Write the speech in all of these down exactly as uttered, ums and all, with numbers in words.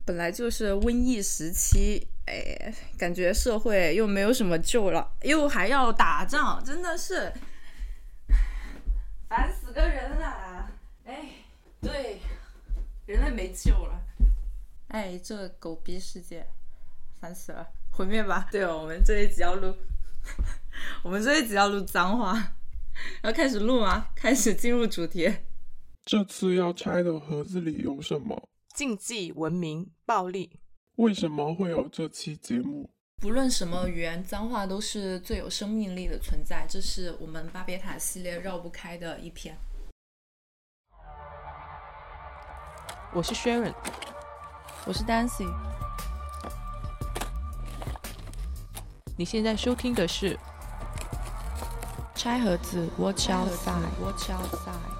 本来就是瘟疫时期，哎，感觉社会又没有什么救了，又还要打仗，真的是烦死个人了。哎，对，人类没救了。哎，这狗逼世界，烦死了，毁灭吧。对哦，我们这一集要录我们这一集要录脏话，要开始录吗？开始进入主题。 这次要拆的盒子里有什么？ 竞技、文明、暴力。 为什么会有这期节目？ 不论什么语言，脏话都是最有生命力的存在，这是我们巴别塔系列绕不开的一篇。 我是 Sharon， 我是 Dancy。 你现在收听的是拆盒子 Watch Outside Watch Outside。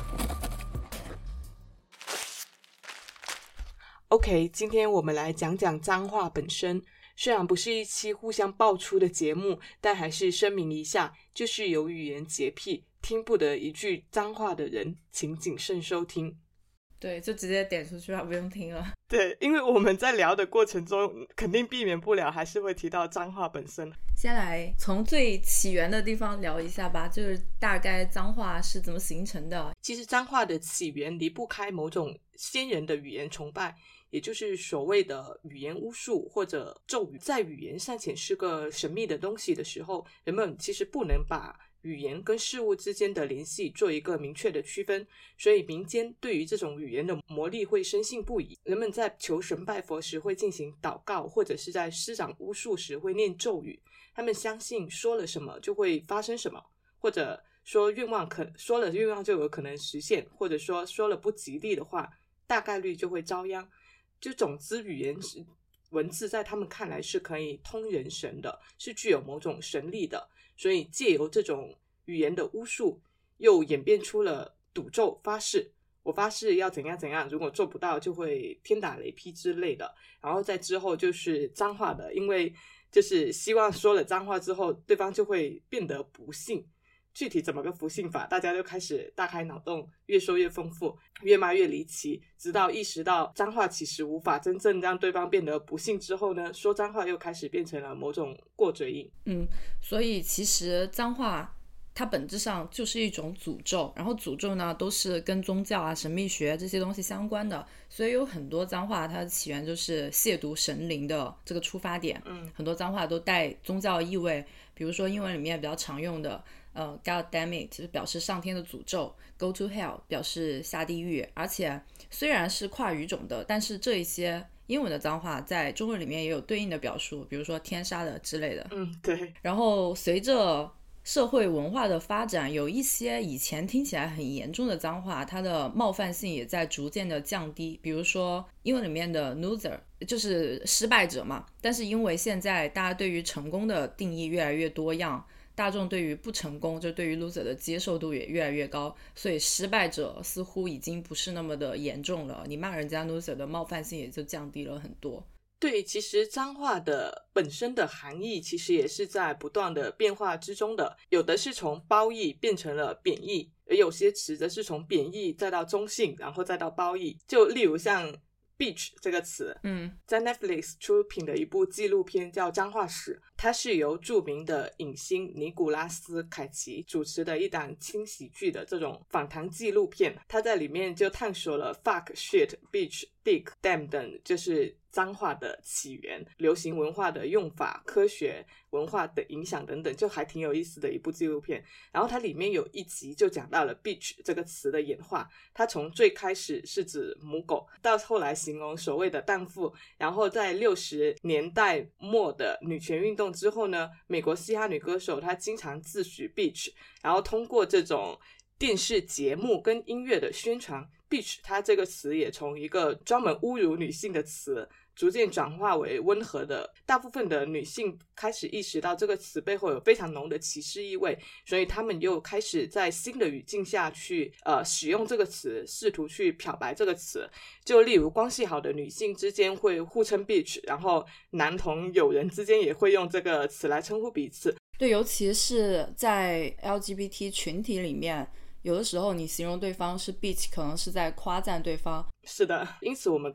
OK， 今天我们来讲讲脏话本身。虽然不是一期互相爆出的节目，但还是声明一下，就是有语言洁癖，听不得一句脏话的人，请谨慎收听。 对，就直接点出去吧，不用听了。 对，因为我们在聊的过程中，肯定避免不了还是会提到脏话本身。 先来从最起源的地方聊一下吧，就是大概脏话是怎么形成的。 其实脏话的起源离不开某种先人的语言崇拜，也就是所谓的语言巫术或者咒语。在语言尚且是个神秘的东西的时候，人们其实不能把语言跟事物之间的联系做一个明确的区分，所以民间对于这种语言的魔力会深信不疑。人们在求神拜佛时会进行祷告，或者是在施展巫术时会念咒语。他们相信说了什么就会发生什么，或者说愿望可说了愿望就有可能实现，或者说说了不吉利的话大概率就会遭殃。就总之语言文字在他们看来是可以通人神的，是具有某种神力的，所以借由这种语言的巫术又演变出了赌咒发誓，我发誓要怎样怎样，如果做不到就会天打雷劈之类的。然后在之后就是脏话的，因为就是希望说了脏话之后对方就会变得不幸，具体怎么个不幸法，大家就开始大开脑洞，越说越丰富，越骂越离奇，直到意识到脏话其实无法真正让对方变得不幸之后呢，说脏话又开始变成了某种过嘴瘾。 嗯，所以其实脏话它本质上就是一种诅咒，然后诅咒呢都是跟宗教啊、神秘学这些东西相关的，所以有很多脏话它的起源就是亵渎神灵的这个出发点。 嗯， 很多脏话都带宗教意味，比如说英文里面比较常用的呃 God damn it 就是表示上天的诅咒， Go to hell 表示下地狱。而且虽然是跨语种的，但是这一些英文的脏话在中文里面也有对应的表述，比如说天杀的之类的。 嗯，对。 然后随着社会文化的发展，有一些以前听起来很严重的脏话，它的冒犯性也在逐渐的降低。比如说英文里面的 loser 就是失败者嘛，但是因为现在大家对于成功的定义越来越多样，大众对于不成功就对于 loser 的接受度也越来越高，所以失败者似乎已经不是那么的严重了，你骂人家 loser 的冒犯性也就降低了很多。 对，其实脏话的本身的含义其实也是在不断的变化之中的，有的是从褒义变成了贬义，而有些词则是从贬义再到中性，然后再到褒义。就例如像 bitch 这个词， 嗯， 在 Netflix 出品的一部纪录片叫《脏话史》，它是由著名的影星尼古拉斯凯奇主持的一档轻喜剧的这种访谈纪录片。他在里面就探索了 fuck shit bitch dick damn 等就是脏话的起源、流行文化的用法、科学文化的影响等等，就还挺有意思的一部纪录片。然后它里面有一集就讲到了 bitch 这个词的演化，它从最开始是指母狗，到后来形容所谓的荡妇，然后在六十年代末的女权运动之后呢，美国嘻哈女歌手她经常自诩 bitch， 然后通过这种电视节目跟音乐的宣传， bitch 它这个词也从一个专门侮辱女性的词逐渐转化为温和的。大部分的女性开始意识到这个词背后有非常浓的歧视意味，所以她们又开始在新的语境下去呃使用这个词，试图去漂白这个词。就例如关系好的女性之间会互称 bitch， 然后男同友人之间也会用这个词来称呼彼此。 对，尤其是在 L G B T 群体里面，有的时候你形容对方是 bitch 可能是在夸赞对方。 是的，因此我们可以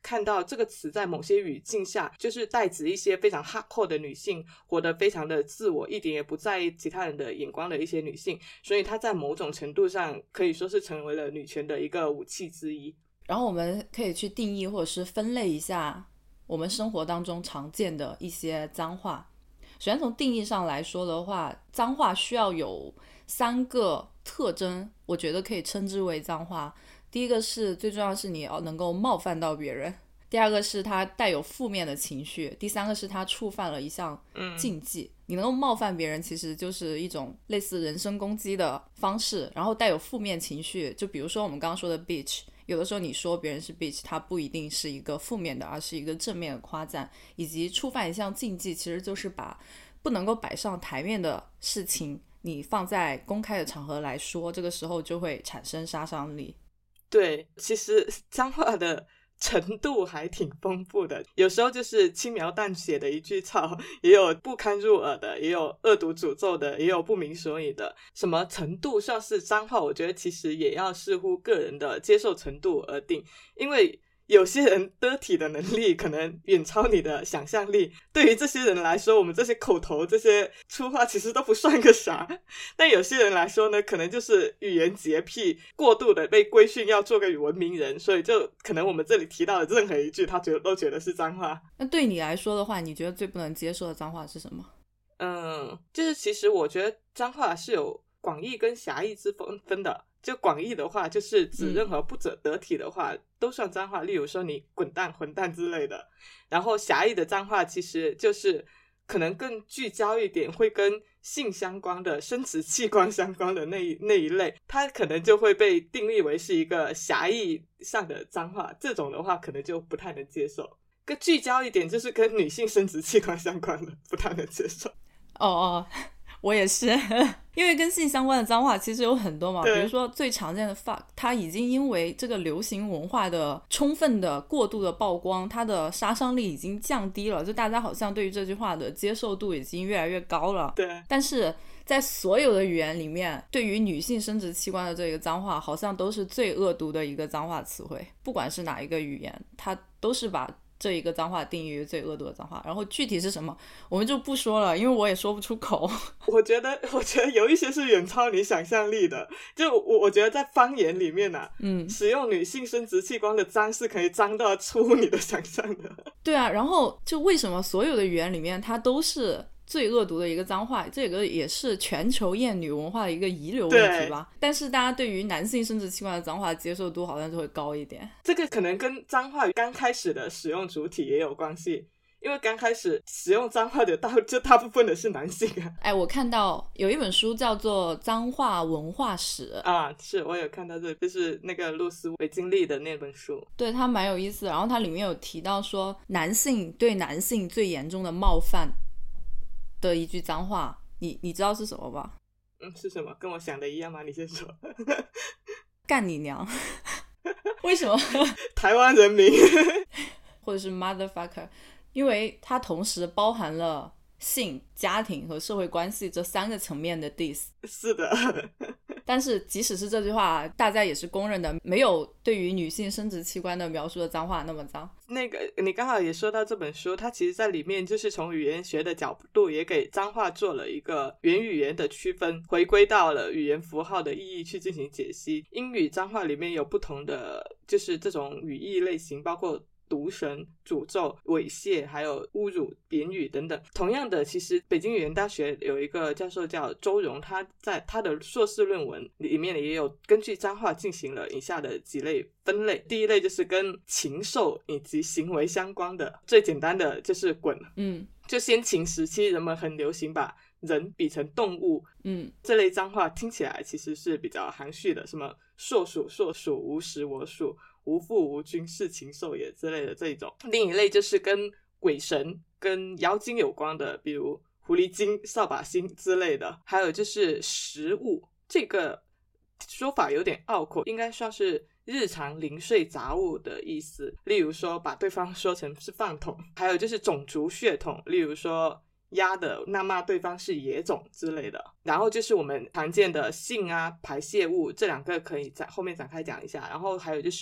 看到这个词在某些语境下就是代指一些非常 hardcore 的女性，活得非常的自我，一点也不在意其他人的眼光的一些女性，所以它在某种程度上可以说是成为了女权的一个武器之一。 然后我们可以去定义或者是分类一下我们生活当中常见的一些脏话。首先从定义上来说的话，脏话需要有三个特征，我觉得可以称之为脏话。第一个是最重要的是你要能够冒犯到别人，第二个是它带有负面的情绪，第三个是它触犯了一项禁忌、嗯、你能够冒犯别人其实就是一种类似人身攻击的方式，然后带有负面情绪，就比如说我们刚刚说的 bitch， 有的时候你说别人是 bitch， 它不一定是一个负面的，而是一个正面的夸赞。以及触犯一项禁忌其实就是把不能够摆上台面的事情你放在公开的场合来说，这个时候就会产生杀伤力。 对，其实脏话的程度还挺丰富的，有时候就是轻描淡写的一句操，也有不堪入耳的，也有恶毒诅咒的，也有不明所以的。什么程度算是脏话，我觉得其实也要视乎个人的接受程度而定，因为有些人dirty的能力可能远超你的想象力，对于这些人来说，我们这些口头这些粗话其实都不算个啥，但有些人来说呢，可能就是语言洁癖过度的被规训要做个文明人，所以就可能我们这里提到的任何一句他觉得都觉得是脏话。 那对你来说的话，你觉得最不能接受的脏话是什么？ 嗯，就是其实我觉得脏话是有广义跟狭义之分分的。就广义的话就是指任何不得体的话、嗯、都算脏话，例如说你滚蛋混蛋之类的。然后狭义的脏话其实就是可能更聚焦一点，会跟性相关的生殖器官相关的那一那一类，它可能就会被定义为是一个狭义上的脏话，这种的话可能就不太能接受。更聚焦一点就是跟女性生殖器官相关的不太能接受。 哦哦，我也是因为跟性相关的脏话其实有很多嘛，比如说最常见的 fuck， 它已经因为这个流行文化的充分的过度的曝光，它的杀伤力已经降低了，就大家好像对于这句话的接受度已经越来越高了。 对， 但是在所有的语言里面，对于女性生殖器官的这个脏话好像都是最恶毒的一个脏话词汇，不管是哪一个语言，它都是把这一个脏话定义为最恶毒的脏话，然后具体是什么我们就不说了，因为我也说不出口。 我觉得我觉得有一些是远超你想象力的，就我我觉得在方言里面啊，嗯，使用女性生殖器官的脏是可以脏到出乎你的想象的。 对啊，然后就为什么所有的语言里面它都是最恶毒的一个脏话，这个也是全球厌女文化的一个遗留问题吧。但是大家对于男性生殖器官的脏话接受度好像就会高一点， 这个可能跟脏话刚开始的使用主体也有关系，因为刚开始使用脏话的大就大部分的是男性啊。 哎，我看到有一本书叫做《脏话文化史》 啊，是我有看到这，就是那个露丝维金利的那本书， 对，它蛮有意思的。然后它里面有提到说，男性对男性最严重的冒犯的一句脏话，你你知道是什么吧？ 嗯，是什么？跟我想的一样吗？你先说。 干你娘！为什么？ 台湾人民， 或者是 motherfucker， 因为它同时包含了性、家庭和社会关系这三个层面的 diss。 是的。 但是即使是这句话，大家也是公认的，没有对于女性生殖器官的描述的脏话那么脏。 那个你刚好也说到这本书，它其实在里面就是从语言学的角度也给脏话做了一个原语言的区分，回归到了语言符号的意义去进行解析。英语脏话里面有不同的就是这种语义类型，包括毒神、诅咒、猥亵，还有侮辱、贬语等等。同样的，其实北京语言大学有一个教授叫周荣，他在他的硕士论文里面也有根据脏话进行了以下的几类分类。第一类就是跟禽兽以及行为相关的，最简单的就是滚。嗯，就先秦时期人们很流行把人比成动物，嗯，这类脏话听起来其实是比较含蓄的，什么硕鼠硕鼠，无食我黍，无父无君，是禽兽也之类的这种。另一类就是跟鬼神跟妖精有关的，比如狐狸精、扫把星之类的。还有就是食物，这个说法有点拗口，应该算是日常零碎杂物的意思，例如说把对方说成是饭桶。还有就是种族血统，例如说鸭的那骂对方是野种之类的。然后就是我们常见的性啊、排泄物，这两个可以在后面展开讲一下。然后还有就是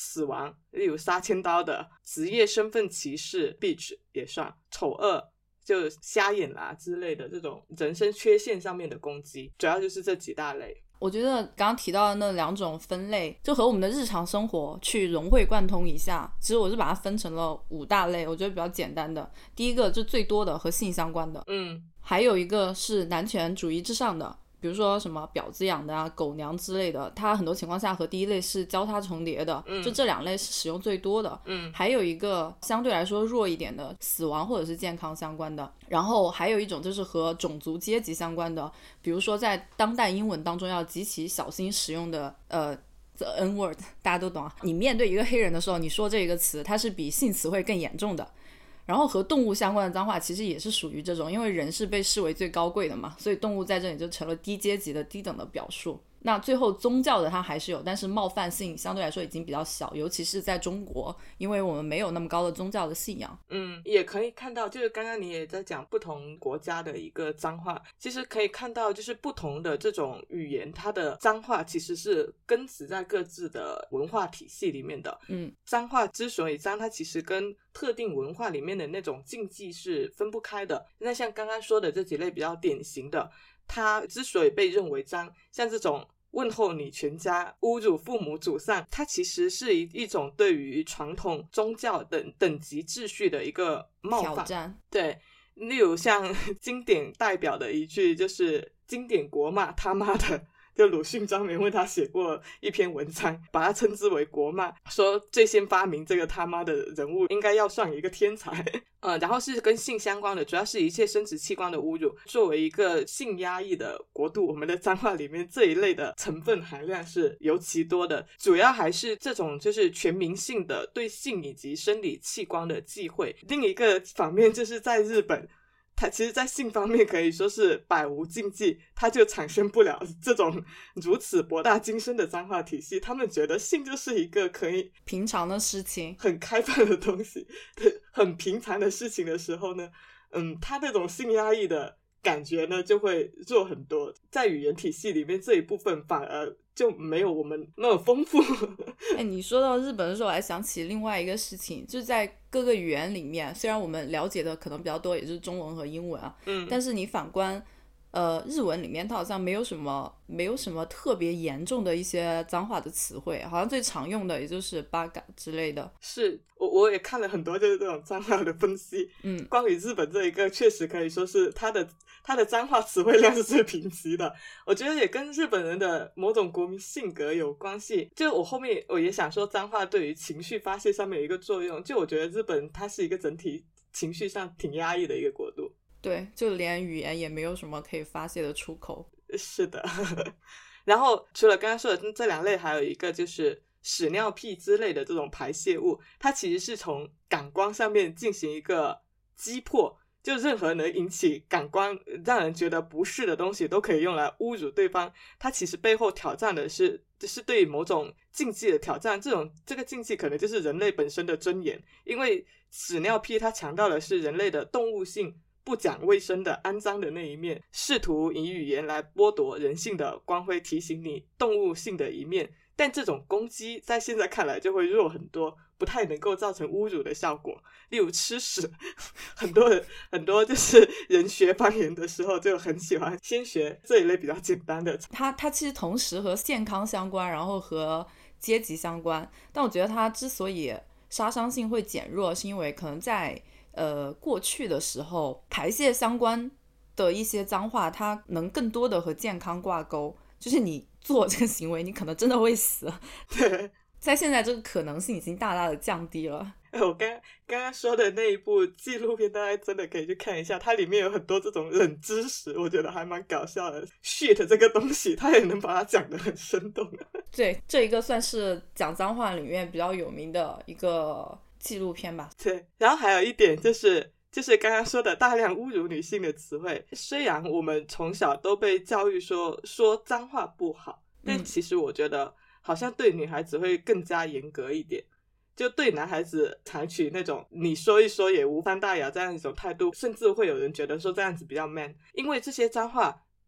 死亡，例如杀千刀的，职业身份歧视 bitch 也算，丑恶就瞎眼啦之类的这种人生缺陷上面的攻击，主要就是这几大类。 我觉得刚刚提到的那两种分类就和我们的日常生活去融会贯通一下，其实我是把它分成了五大类，我觉得比较简单的。第一个就最多的和性相关的， 嗯， 还有一个是男权主义至上的，比如说什么婊子养的啊、狗娘之类的，它很多情况下和第一类是交叉重叠的， 嗯， 就这两类是使用最多的。 嗯， 还有一个相对来说弱一点的，死亡或者是健康相关的。然后还有一种就是和种族阶级相关的，比如说在当代英文当中要极其小心使用的呃 the N word， 大家都懂啊。你面对一个黑人的时候，你说这个词，它是比性词汇更严重的。然后和动物相关的脏话其实也是属于这种，因为人是被视为最高贵的嘛，所以动物在这里就成了低阶级的低等的表述。那最后宗教的它还是有，但是冒犯性相对来说已经比较小，尤其是在中国，因为我们没有那么高的宗教的信仰。 嗯，也可以看到，就是刚刚你也在讲不同国家的一个脏话，其实可以看到就是不同的这种语言，它的脏话其实是根植在各自的文化体系里面的。 嗯， 脏话之所以脏，它其实跟特定文化里面的那种禁忌是分不开的。那像刚刚说的这几类比较典型的，它之所以被认为脏，像这种问候你全家、侮辱父母祖上，它其实是一一种对于传统宗教等等级秩序的一个冒犯。 挑战。 对，例如像经典代表的一句就是经典国骂他妈的，就鲁迅专门为他写过一篇文章，把他称之为国骂，说最先发明这个他妈的人物应该要算一个天才。呃，然后是跟性相关的，主要是一切生殖器官的侮辱。作为一个性压抑的国度，我们的脏话里面这一类的成分含量是尤其多的，主要还是这种就是全民性的对性以及生理器官的忌讳。另一个方面就是在日本，它其实在性方面可以说是百无禁忌，它就产生不了这种如此博大精深的脏话体系。他们觉得性就是一个可以平常的事情， 很开放的东西，对，很平常的事情的时候呢，嗯，他那种性压抑的感觉呢就会弱很多。在语言体系里面这一部分反而就没有我们那么丰富。 哎，你说到日本的时候，我还想起另外一个事情，就是在各个语言里面，虽然我们了解的可能比较多，也就是中文和英文啊， 嗯， 但是你反观呃日文里面，它好像没有什么没有什么特别严重的一些脏话的词汇，好像最常用的也就是八嘎之类的。 是我我也看了很多就是这种脏话的分析， 嗯， 关于日本这一个确实可以说是它的它的脏话词汇量是最贫瘠的。我觉得也跟日本人的某种国民性格有关系。就我后面我也想说脏话对于情绪发泄上面有一个作用，就我觉得日本它是一个整体情绪上挺压抑的一个国度。 对，就连语言也没有什么可以发泄的出口。 是的。然后除了刚刚说的这两类，还有一个就是屎尿屁之类的这种排泄物，它其实是从感官上面进行一个击破，就任何能引起感官让人觉得不适的东西都可以用来侮辱对方。它其实背后挑战的是是对某种禁忌的挑战，这种这个禁忌可能就是人类本身的尊严。因为屎尿屁它强调的是人类的动物性不讲卫生的肮脏的那一面，试图以语言来剥夺人性的光辉，提醒你动物性的一面。但这种攻击在现在看来就会弱很多，不太能够造成侮辱的效果。例如吃屎，很多人很多就是人学方言的时候就很喜欢先学这一类比较简单的。 它它其实同时和健康相关，然后和阶级相关，但我觉得它之所以杀伤性会减弱，是因为可能在呃过去的时候排泄相关的一些脏话，它能更多的和健康挂钩，就是你做这个行为你可能真的会死。 对， 在现在这个可能性已经大大的降低了。 我刚刚刚说的那一部纪录片大家真的可以去看一下，它里面有很多这种冷知识，我觉得还蛮搞笑的。 shit 这个东西它也能把它讲得很生动。 对，这一个算是讲脏话里面比较有名的一个纪录片吧。 对，然后还有一点就是就是刚刚说的大量侮辱女性的词汇，虽然我们从小都被教育说说脏话不好，但其实我觉得好像对女孩子会更加严格一点，就对男孩子采取那种你说一说也无伤大雅这样一种态度，甚至会有人觉得说这样子比较 man。 因为这些脏话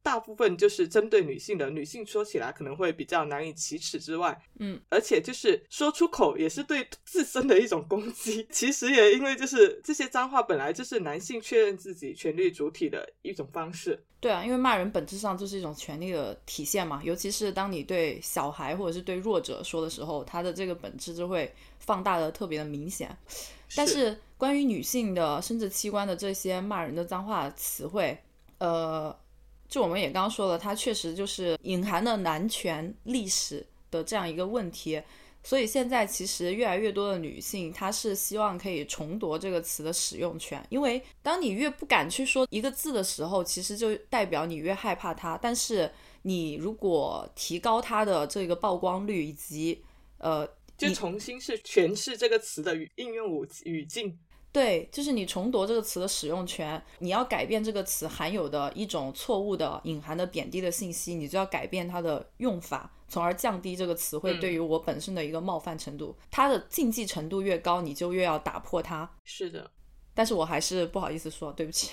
大部分就是针对女性的，女性说起来可能会比较难以启齿之外， 嗯， 而且就是说出口也是对自身的一种攻击。其实也因为就是这些脏话本来就是男性确认自己权力主体的一种方式。 对啊，因为骂人本质上就是一种权力的体现嘛，尤其是当你对小孩或者是对弱者说的时候，他的这个本质就会放大的特别的明显。但是关于女性的生殖器官的这些骂人的脏话词汇，呃，就我们也刚刚说了，它确实就是隐含了男权历史的这样一个问题。所以现在其实越来越多的女性她是希望可以重夺这个词的使用权，因为当你越不敢去说一个字的时候，其实就代表你越害怕它。但是你如果提高它的这个曝光率，以及呃， 就重新是诠释这个词的应用语境。 对，就是你重夺这个词的使用权，你要改变这个词含有的一种错误的隐含的贬低的信息，你就要改变它的用法，从而降低这个词汇对于我本身的一个冒犯程度、嗯、它的禁忌程度越高，你就越要打破它。 是的， 但是我还是不好意思说，对不起。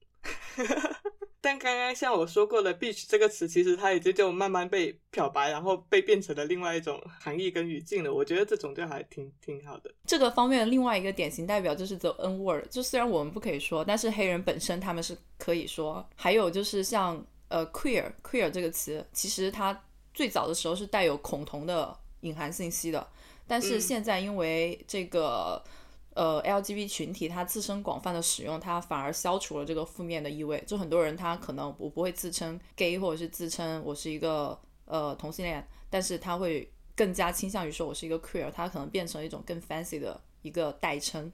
但刚刚像我说过的 bitch 这个词，其实它已经就慢慢被漂白，然后被变成了另外一种含义跟语境了。我觉得这种就还挺挺好的。 这个方面的另外一个典型代表就是 the N word， 就虽然我们不可以说，但是黑人本身他们是可以说。还有就是像呃 queer queer 这个词，其实它最早的时候是带有恐同的隐含信息的，但是现在因为这个、嗯呃 L G B T 群体它自身广泛的使用，它反而消除了这个负面的意味。就很多人他可能我不会自称 gay 或者是自称我是一个呃同性恋，但是他会更加倾向于说我是一个 queer， 它可能变成一种更 fancy 的一个代称。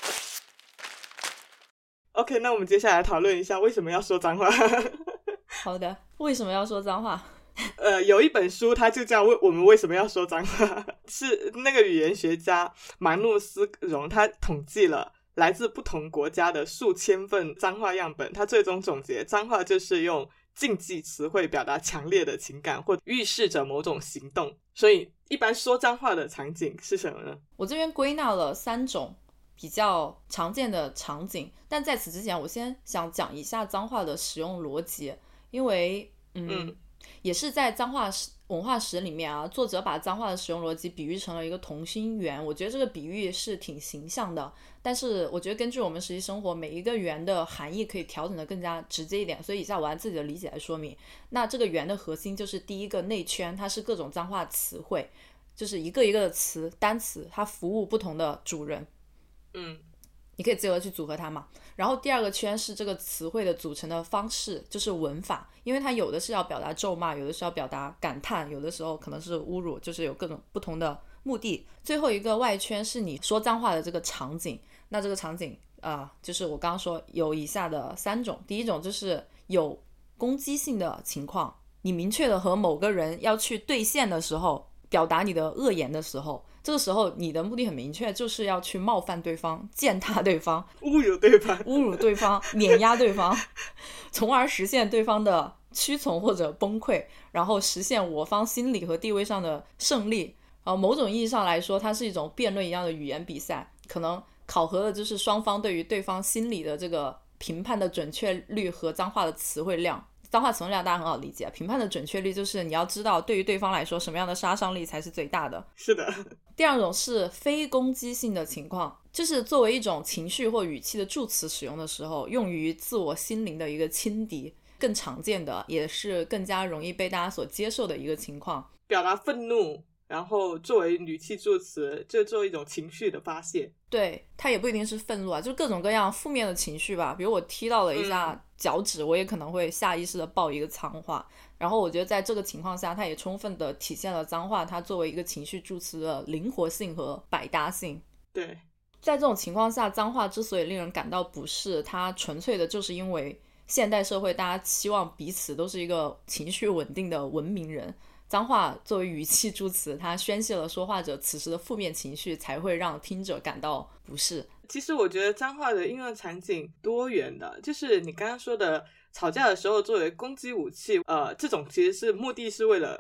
OK， 那我们接下来讨论一下为什么要说脏话。 好的，为什么要说脏话？ 呃，有一本书它就叫我们为什么要说脏话，是那个语言学家马努斯荣，他统计了来自不同国家的数千份脏话样本，他最终总结脏话就是用禁忌词汇表达强烈的情感或预示着某种行动。所以一般说脏话的场景是什么呢？ 我这边归纳了三种比较常见的场景，但在此之前我先想讲一下脏话的使用逻辑，因为 嗯, 嗯也是在脏话文化史里面啊，作者把脏话的使用逻辑比喻成了一个同心圆，我觉得这个比喻是挺形象的，但是我觉得根据我们实际生活，每一个圆的含义可以调整的更加直接一点，所以以下我按自己的理解来说明。那这个圆的核心就是第一个内圈，它是各种脏话词汇，就是一个一个的词单词，它服务不同的主人， 嗯， 你可以自由的去组合它嘛。然后第二个圈是这个词汇的组成的方式，就是文法，因为它有的是要表达咒骂，有的是要表达感叹，有的时候可能是侮辱，就是有各种不同的目的。最后一个外圈是你说脏话的这个场景，那这个场景啊、呃，就是我刚刚说有以下的三种。第一种就是有攻击性的情况，你明确的和某个人要去对线的时候，表达你的恶言的时候，这个时候你的目的很明确，就是要去冒犯对方，践踏对方， 侮辱对方侮辱对方，碾压对方，从而实现对方的屈从或者崩溃，然后实现我方心理和地位上的胜利。呃，某种意义上来说，它是一种辩论一样的语言比赛，可能考核的就是双方对于对方心理的这个评判的准确率和脏话的词汇量。脏话词汇量大家很好理解，评判的准确率就是你要知道对于对方来说什么样的杀伤力才是最大的。 是的。 第二种是非攻击性的情况，就是作为一种情绪或语气的助词使用的时候，用于自我心灵的一个轻敌，更常见的也是更加容易被大家所接受的一个情况， 表达愤怒，然后作为语气助词，就做一种情绪的发泄。对， 它也不一定是愤怒啊，就各种各样负面的情绪吧。比如我踢到了一下脚趾、嗯、我也可能会下意识的爆一个脏话，然后我觉得在这个情况下，它也充分的体现了脏话它作为一个情绪助词的灵活性和百搭性。 对， 在这种情况下，脏话之所以令人感到不适，它纯粹的就是因为现代社会大家期望彼此都是一个情绪稳定的文明人，脏话作为语气助词，它宣泄了说话者此时的负面情绪，才会让听者感到不适。 其实我觉得脏话的应用场景多元的，就是你刚刚说的吵架的时候作为攻击武器，呃，这种其实是目的是为了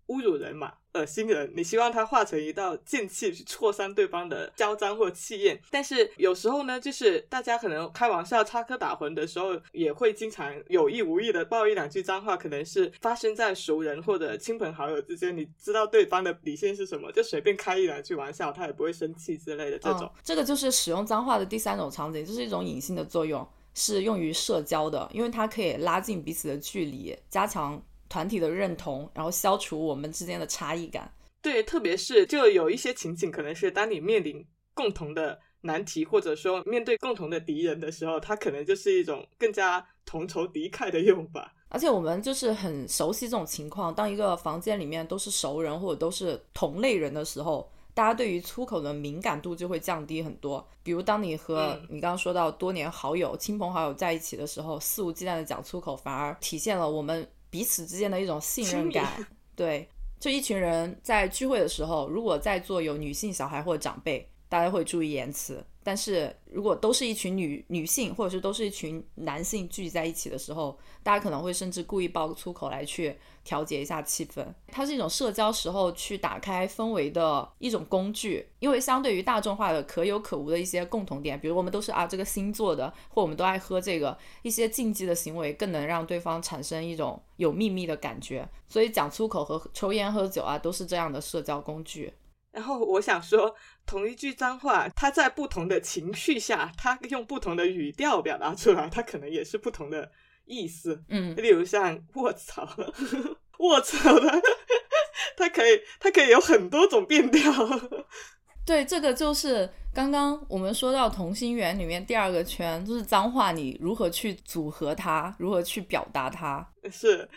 侮辱人嘛，恶心人，你希望它化成一道剑气去挫伤对方的嚣张或气焰。但是有时候呢，就是大家可能开玩笑插科打诨的时候，也会经常有意无意的爆一两句脏话，可能是发生在熟人或者亲朋好友之间，你知道对方的底线是什么，就随便开一两句玩笑，他也不会生气之类的这种、 嗯、这个就是使用脏话的第三种场景，就是一种隐性的作用，是用于社交的，因为它可以拉近彼此的距离，加强团体的认同，然后消除我们之间的差异感。 对，特别是就有一些情景可能是当你面临共同的难题，或者说面对共同的敌人的时候，它可能就是一种更加同仇敌忾的用法。 而且我们就是很熟悉这种情况，当一个房间里面都是熟人或者都是同类人的时候，大家对于粗口的敏感度就会降低很多。比如当你和你刚刚说到多年好友、嗯、亲朋好友在一起的时候，肆无忌惮的讲粗口，反而体现了我们彼此之间的一种信任感。对，就一群人在聚会的时候，如果在座有女性小孩或者长辈，大家会注意言辞，但是如果都是一群女女性或者是都是一群男性聚集在一起的时候，大家可能会甚至故意爆粗口来去调节一下气氛。它是一种社交时候去打开氛围的一种工具，因为相对于大众化的可有可无的一些共同点，比如我们都是啊这个星座的，或我们都爱喝这个，一些禁忌的行为更能让对方产生一种有秘密的感觉。所以讲粗口和抽烟喝酒啊都是这样的社交工具。 然后我想说，同一句脏话，它在不同的情绪下，它用不同的语调表达出来，它可能也是不同的意思。 嗯， 例如像卧槽卧槽的它可以它可以有很多种变调。 对，这个就是刚刚我们说到同心圆里面第二个圈，就是脏话你如何去组合它，如何去表达它。 是，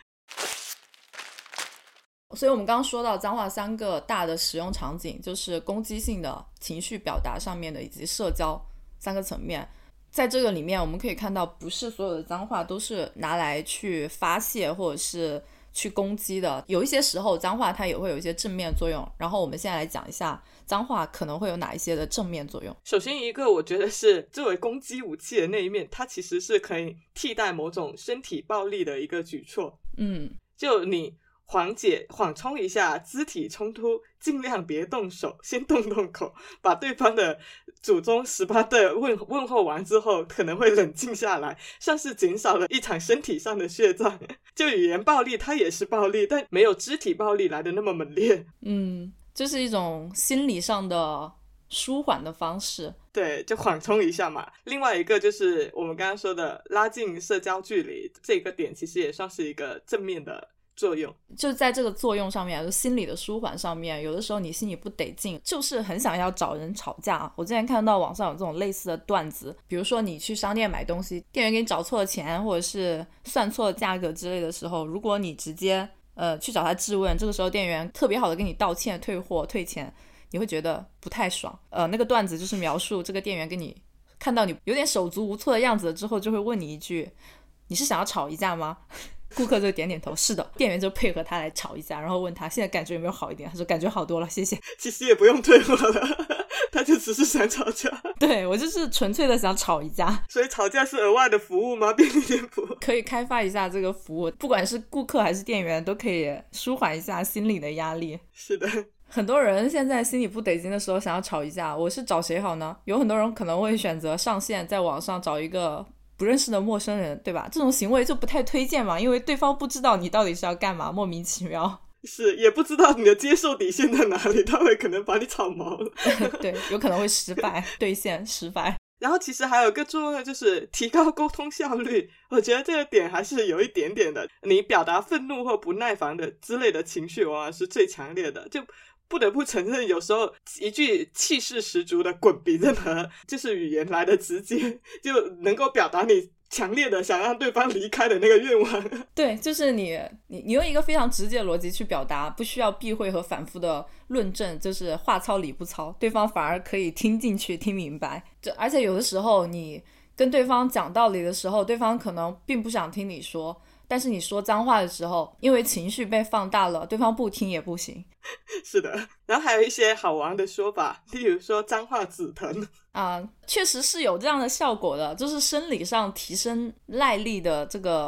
所以我们刚刚说到脏话三个大的使用场景，就是攻击性的、情绪表达上面的以及社交三个层面。在这个里面我们可以看到，不是所有的脏话都是拿来去发泄或者是去攻击的，有一些时候脏话它也会有一些正面作用。然后我们现在来讲一下脏话可能会有哪一些的正面作用。 首先一个我觉得是作为攻击武器的那一面，它其实是可以替代某种身体暴力的一个举措。 嗯， 就你缓解缓冲一下肢体冲突，尽量别动手，先动动口，把对方的祖宗十八代问问候完之后，可能会冷静下来，算是减少了一场身体上的血战。就语言暴力它也是暴力，但没有肢体暴力来的那么猛烈。 嗯，这是一种心理上的舒缓的方式。 对，就缓冲一下嘛。另外一个就是我们刚刚说的拉近社交距离，这个点其实也算是一个正面的作用。 就在这个作用上面，就心理的舒缓上面，有的时候你心里不得劲，就是很想要找人吵架。我之前看到网上有这种类似的段子，比如说你去商店买东西，店员给你找错了钱或者是算错了价格之类的时候，如果你直接呃去找他质问，这个时候店员特别好的跟你道歉退货退钱，你会觉得不太爽。呃，那个段子就是描述这个店员跟你看到你有点手足无措的样子之后，就会问你一句，你是想要吵一架吗？顾客就点点头，是的。店员就配合他来吵一架，然后问他现在感觉有没有好一点，他说感觉好多了，谢谢。 其实也不用退货了，他就只是想吵架。 对，我就是纯粹的想吵一架。 所以吵架是额外的服务吗？便利店服务可以开发一下这个服务，不管是顾客还是店员都可以舒缓一下心理的压力。 是的， 很多人现在心里不得劲的时候想要吵一架，我是找谁好呢？有很多人可能会选择上线，在网上找一个不认识的陌生人，对吧？这种行为就不太推荐嘛，因为对方不知道你到底是要干嘛，莫名其妙。 是，也不知道你的接受底线在哪里，他会可能把你吵毛了。 对，有可能会失败，兑现失败。 然后其实还有一个作用就是提高沟通效率，我觉得这个点还是有一点点的。你表达愤怒或不耐烦的之类的情绪往往是最强烈的，就不得不承认有时候一句气势十足的滚比任何就是语言来的直接，就能够表达你强烈的想让对方离开的那个愿望。 对，就是你你你用一个非常直接的逻辑去表达，不需要避讳和反复的论证，就是话糙理不糙，对方反而可以听进去听明白。就而且有的时候你跟对方讲道理的时候，对方可能并不想听你说，但是你说脏话的时候，因为情绪被放大了，对方不听也不行。 是的，然后还有一些好玩的说法，例如说脏话止疼啊，确实是有这样的效果的，就是生理上提升耐力的这个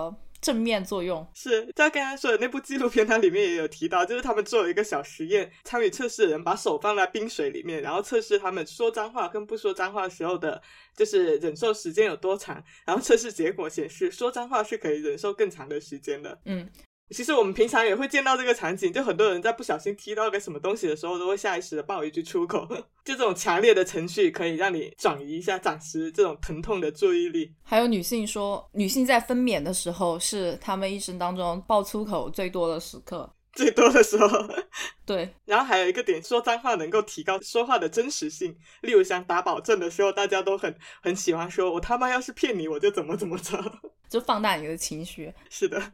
正面作用。 是在刚才说的那部纪录片，它里面也有提到，就是他们做了一个小实验，参与测试的人把手放在冰水里面，然后测试他们说脏话跟不说脏话时候的就是忍受时间有多长，然后测试结果显示说脏话是可以忍受更长的时间的。 嗯， 其实我们平常也会见到这个场景，就很多人在不小心踢到个什么东西的时候都会下意识的爆一句出口，就这种强烈的程序可以让你转移一下暂时这种疼痛的注意力。 还有女性说，女性在分娩的时候是她们一生当中爆粗口最多的时刻， 最多的时候。 对， 然后还有一个点，说脏话能够提高说话的真实性，例如想打保证的时候，大家都很很喜欢说我他妈要是骗你我就怎么怎么着， 就放大你的情绪。 是的。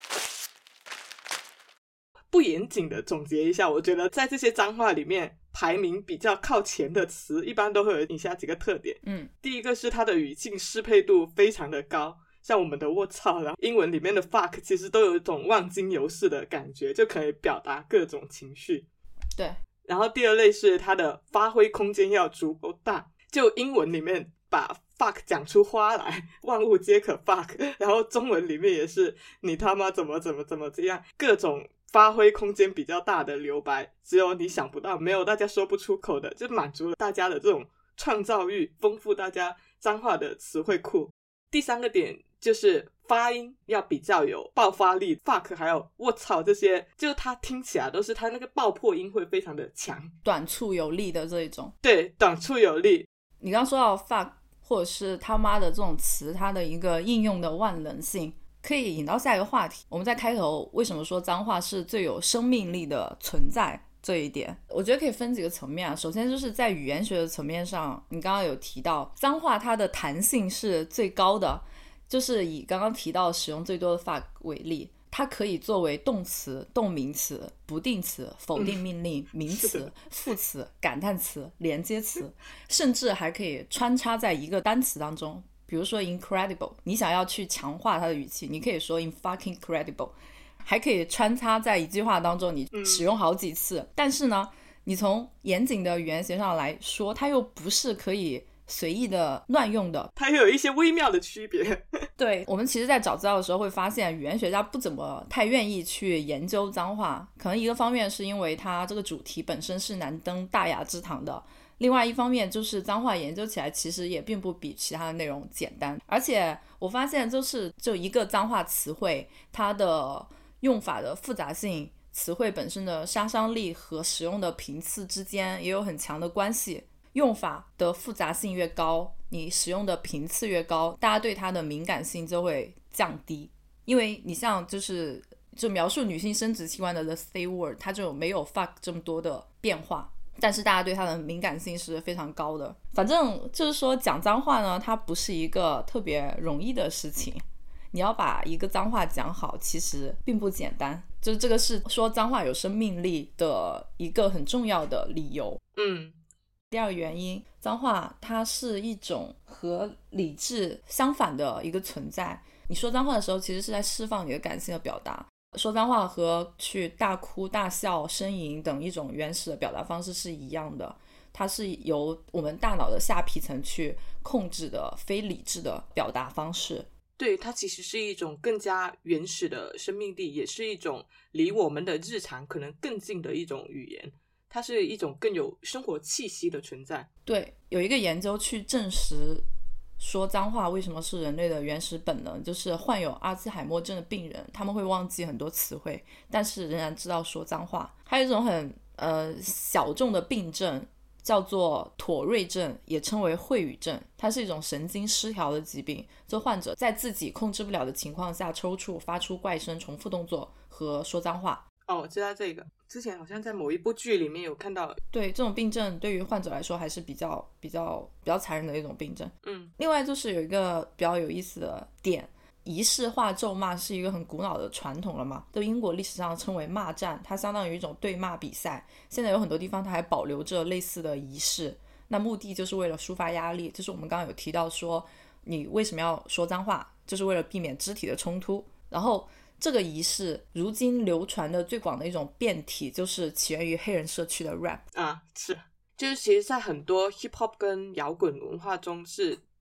不严谨的总结一下，我觉得在这些脏话里面排名比较靠前的词一般都会有以下几个特点。 嗯， 第一个是它的语境适配度非常的高，像我们的我操，然后英文里面的 fuck 其实都有一种万金油似的感觉，就可以表达各种情绪。 对。 然后第二类是它的发挥空间要足够大，就英文里面把 fuck 讲出花来，万物皆可 fuck， 然后中文里面也是你他妈怎么怎么怎么这样，各种发挥空间比较大的留白，只有你想不到，没有大家说不出口的，就满足了大家的这种创造欲，丰富大家脏话的词汇库。第三个点就是发音要比较有爆发力， fuck 还有我操这些，就它听起来都是它那个爆破音会非常的强， 短促有力的这一种。 对，短促有力。 你刚刚说到 fuck 或者是他妈的这种词，它的一个应用的万能性可以引到下一个话题。我们在开头为什么说脏话是最有生命力的存在这一点，我觉得可以分几个层面啊。首先就是在语言学的层面上，你刚刚有提到脏话它的弹性是最高的，就是以刚刚提到使用最多的 fuck 为例，它可以作为动词、动名词、不定词、否定命令、嗯、名词、副词、感叹词、连接词，甚至还可以穿插在一个单词当中。比如说 incredible， 你想要去强化它的语气，你可以说 in fucking credible， 还可以穿插在一句话当中，你使用好几次、嗯、但是呢你从严谨的语言学上来说，它又不是可以随意的乱用的， 它又有一些微妙的区别。 对，我们其实在找资料的时候会发现，语言学家不怎么太愿意去研究脏话，可能一个方面是因为它这个主题本身是难登大雅之堂的，另外一方面就是脏话研究起来其实也并不比其他的内容简单。而且我发现就是就一个脏话词汇，它的用法的复杂性，词汇本身的杀伤力和使用的频次之间也有很强的关系。用法的复杂性越高，你使用的频次越高，大家对它的敏感性就会降低。因为你像就是就描述女性生殖器官的 the C word， 它就没有 fuck 这么多的变化，但是大家对它的敏感性是非常高的。反正就是说讲脏话呢，它不是一个特别容易的事情，你要把一个脏话讲好其实并不简单，就是这个是说脏话有生命力的一个很重要的理由。 嗯， 第二个原因，脏话它是一种和理智相反的一个存在。你说脏话的时候其实是在释放你的感性的表达，说脏话和去大哭大笑呻吟等一种原始的表达方式是一样的，它是由我们大脑的下皮层去控制的非理智的表达方式。 对，它其实是一种更加原始的生命力，也是一种离我们的日常可能更近的一种语言，它是一种更有生活气息的存在。 对，有一个研究去证实说脏话为什么是人类的原始本能，就是患有阿兹海默症的病人，他们会忘记很多词汇，但是仍然知道说脏话。还有一种很呃小众的病症叫做妥瑞症，也称为秽语症，它是一种神经失调的疾病，就患者在自己控制不了的情况下抽搐、发出怪声、重复动作和说脏话。 哦，我知道这个，之前好像在某一部剧里面有看到。 对，这种病症对于患者来说还是比较比较比较残忍的一种病症。 嗯， 另外就是有一个比较有意思的点，仪式化咒骂是一个很古老的传统了嘛，就英国历史上称为骂战，它相当于一种对骂比赛，现在有很多地方它还保留着类似的仪式，那目的就是为了抒发压力，就是我们刚刚有提到说你为什么要说脏话，就是为了避免肢体的冲突。然后这个仪式如今流传的最广的一种变体就是起源于黑人社区的 rap 啊，是，就是其实在很多 hip hop 跟摇滚文化中是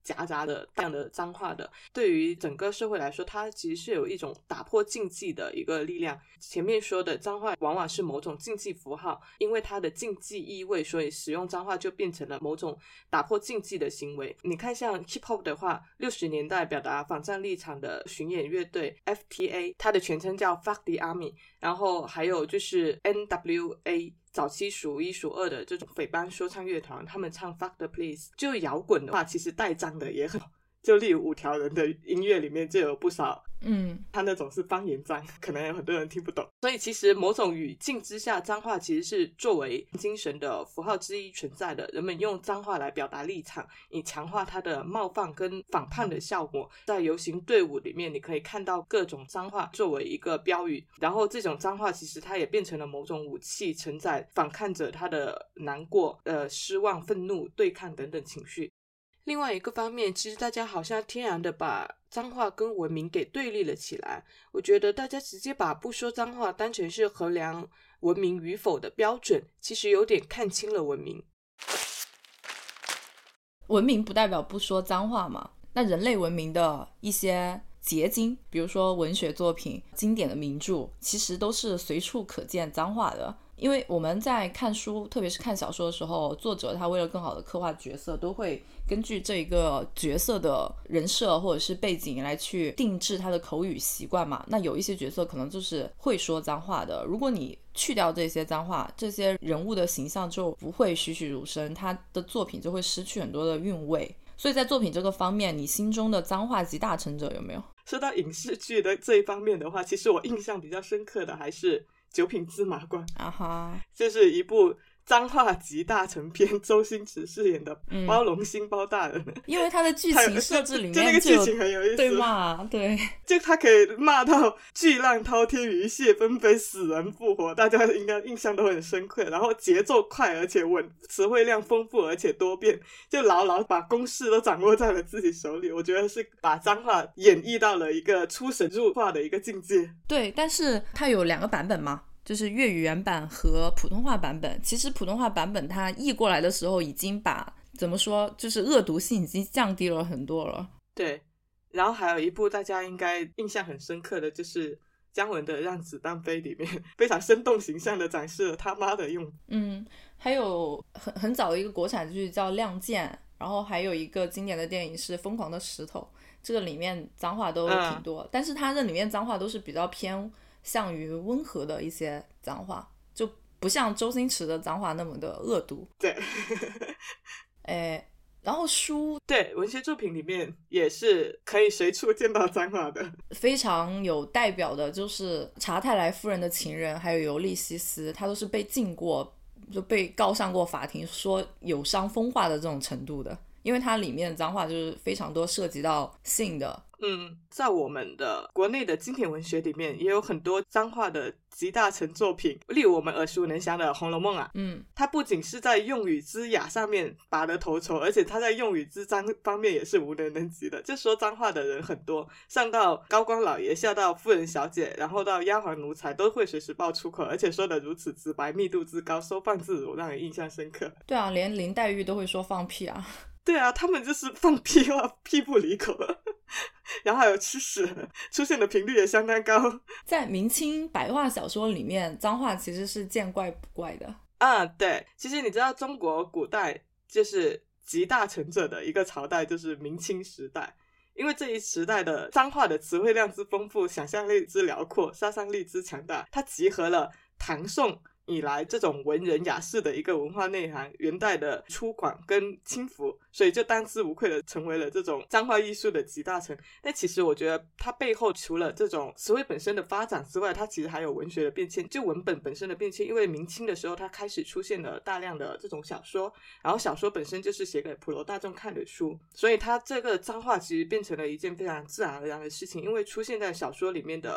夹杂的大量的脏话的。对于整个社会来说，它其实是有一种打破禁忌的一个力量。前面说的脏话往往是某种禁忌符号，因为它的禁忌意味，所以使用脏话就变成了某种打破禁忌的行为。你看像 hip hop 的话，六十年代表达反战立场的巡演乐队 F T A， 它的全称叫 Fuck the Army， 然后还有就是 N W A，早期数一数二的这种匪帮说唱乐团，他们唱 Fuck the Police。 就摇滚的话其实带脏的也很好，就例如五条人的音乐里面就有不少嗯， 他那种是方言脏，可能有很多人听不懂。所以其实某种语境之下，脏话其实是作为精神的符号之一存在的。人们用脏话来表达立场，以强化它的冒犯跟反叛的效果。在游行队伍里面，你可以看到各种脏话作为一个标语，然后这种脏话其实它也变成了某种武器，承载反抗者他的难过、呃失望、愤怒、对抗等等情绪。另外一个方面，其实大家好像天然的把脏话跟文明给对立了起来。我觉得大家直接把不说脏话当成是衡量文明与否的标准，其实有点看清了文明。 文明不代表不说脏话嘛，那人类文明的一些结晶，比如说文学作品、经典的名著，其实都是随处可见脏话的。因为我们在看书，特别是看小说的时候，作者他为了更好的刻画角色，都会根据这个角色的人设或者是背景来去定制他的口语习惯嘛。那有一些角色可能就是会说脏话的，如果你去掉这些脏话，这些人物的形象就不会栩栩如生，他的作品就会失去很多的韵味。所以在作品这个方面，你心中的脏话集大成者有没有？ 说到影视剧的这一方面的话，其实我印象比较深刻的还是九品芝麻官啊哈， 就是一部脏话集大成篇，周星驰饰演的包龙星包大人、嗯、 因为他的剧情设置里面就那个剧情很有意思， 对骂，对， 就他可以骂到巨浪滔天，鱼蟹纷飞，死人复活，大家应该印象都很深刻。然后节奏快而且稳，词汇量丰富而且多变，就牢牢把公式都掌握在了自己手里。我觉得是把脏话演绎到了一个出神入化的一个境界。 对，但是它有两个版本嘛，就是粤语原版和普通话版本。其实普通话版本它译过来的时候已经把怎么说，就是恶毒性已经降低了很多了。 对，然后还有一部大家应该印象很深刻的就是姜文的《让子弹飞》里面非常生动形象的展示了他妈的用。 嗯，还有很很早的一个国产剧叫《亮剑》，然后还有一个经典的电影是《疯狂的石头》，这个里面脏话都挺多、嗯、但是它这里面脏话都是比较偏向于温和的一些脏话，就不像周星驰的脏话那么的恶毒。 对诶，然后书， 对，文学作品里面也是可以随处见到脏话的。 非常有代表的就是查泰莱夫人的情人还有尤利西斯，他都是被禁过，就被告上过法庭说有伤风化的这种程度的，因为它里面的脏话就是非常多涉及到性的。 嗯，在我们的国内的经典文学里面也有很多脏话的集大成作品，例如我们耳熟能详的《红楼梦》啊， 嗯， 它不仅是在用语之雅上面拔得头筹，而且它在用语之脏方面也是无人能及的。就说脏话的人很多，上到高官老爷，下到妇人小姐，然后到丫鬟奴才都会随时爆出口，而且说得如此直白，密度之高，收放自如，让人印象深刻。 对啊，连林黛玉都会说放屁啊。 对啊，他们就是放屁话屁不离口然后还有吃屎，出现的频率也相当高。 在明清白话小说里面，脏话其实是见怪不怪的啊。对，其实你知道中国古代就是集大成者的一个朝代就是明清时代，因为这一时代的脏话的词汇量之丰富，想象力之辽阔，杀伤力之强大，它集合了唐宋以来这种文人雅士的一个文化内涵，元代的粗犷跟轻浮，所以就当之无愧的成为了这种脏话艺术的集大成。但其实我觉得它背后除了这种词汇本身的发展之外，它其实还有文学的变迁，就文本本身的变迁。因为明清的时候它开始出现了大量的这种小说，然后小说本身就是写给普罗大众看的书，所以它这个脏话其实变成了一件非常自然而然的事情。因为出现在小说里面的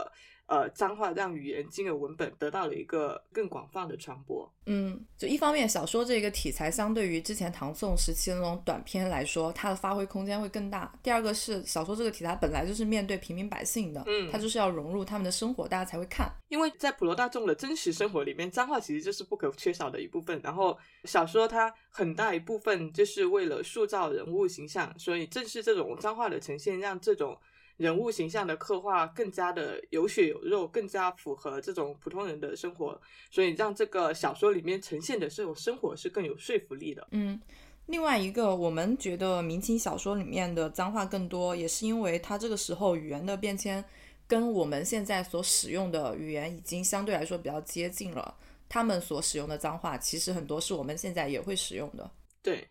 呃脏话让语言经由文本得到了一个更广泛的传播。 嗯，就一方面小说这个题材相对于之前唐宋时期的那种短篇来说，它的发挥空间会更大。第二个是小说这个题材本来就是面对平民百姓的， 嗯， 它就是要融入他们的生活，大家才会看。 因为在普罗大众的真实生活里面，脏话其实就是不可缺少的一部分，然后小说它很大一部分就是为了塑造人物形象，所以正是这种脏话的呈现让这种人物形象的刻画更加的有血有肉，更加符合这种普通人的生活，所以让这个小说里面呈现的这种生活是更有说服力的。 嗯，另外一个我们觉得明清小说里面的脏话更多，也是因为它这个时候语言的变迁跟我们现在所使用的语言已经相对来说比较接近了，他们所使用的脏话其实很多是我们现在也会使用的。 对。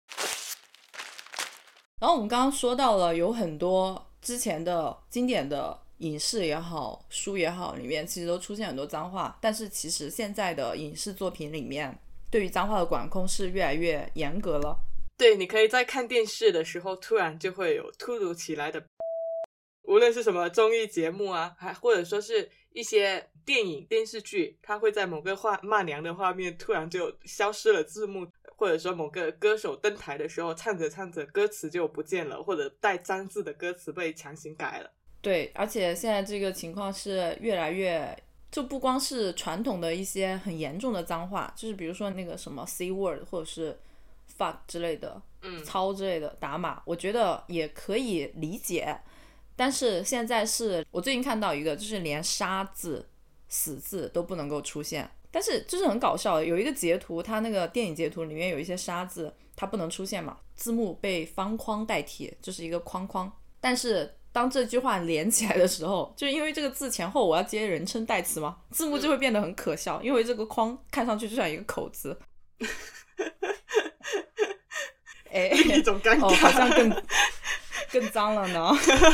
然后我们刚刚说到了有很多之前的经典的影视也好书也好里面其实都出现很多脏话，但是其实现在的影视作品里面对于脏话的管控是越来越严格了。 对，你可以在看电视的时候突然就会有突如其来的，无论是什么综艺节目啊，还或者说是一些电影电视剧，它会在某个画骂娘的画面突然就消失了字幕，或者说某个歌手登台的时候唱着唱着歌词就不见了，或者带脏字的歌词被强行改了。 对，而且现在这个情况是越来越，就不光是传统的一些很严重的脏话，就是比如说那个什么 C word 或者是 fuck 之类的， 嗯， 操之类的打码，我觉得也可以理解。但是现在是我最近看到一个，就是连杀字死字都不能够出现，但是就是很搞笑，有一个截图，它那个电影截图里面有一些杀字它不能出现嘛，字幕被方框代替，就是一个框框，但是当这句话连起来的时候，就因为这个字前后我要接人称代词嘛，字幕就会变得很可笑，因为这个框看上去就像一个口字哎， 一种尴尬、 哦、好像更更脏了呢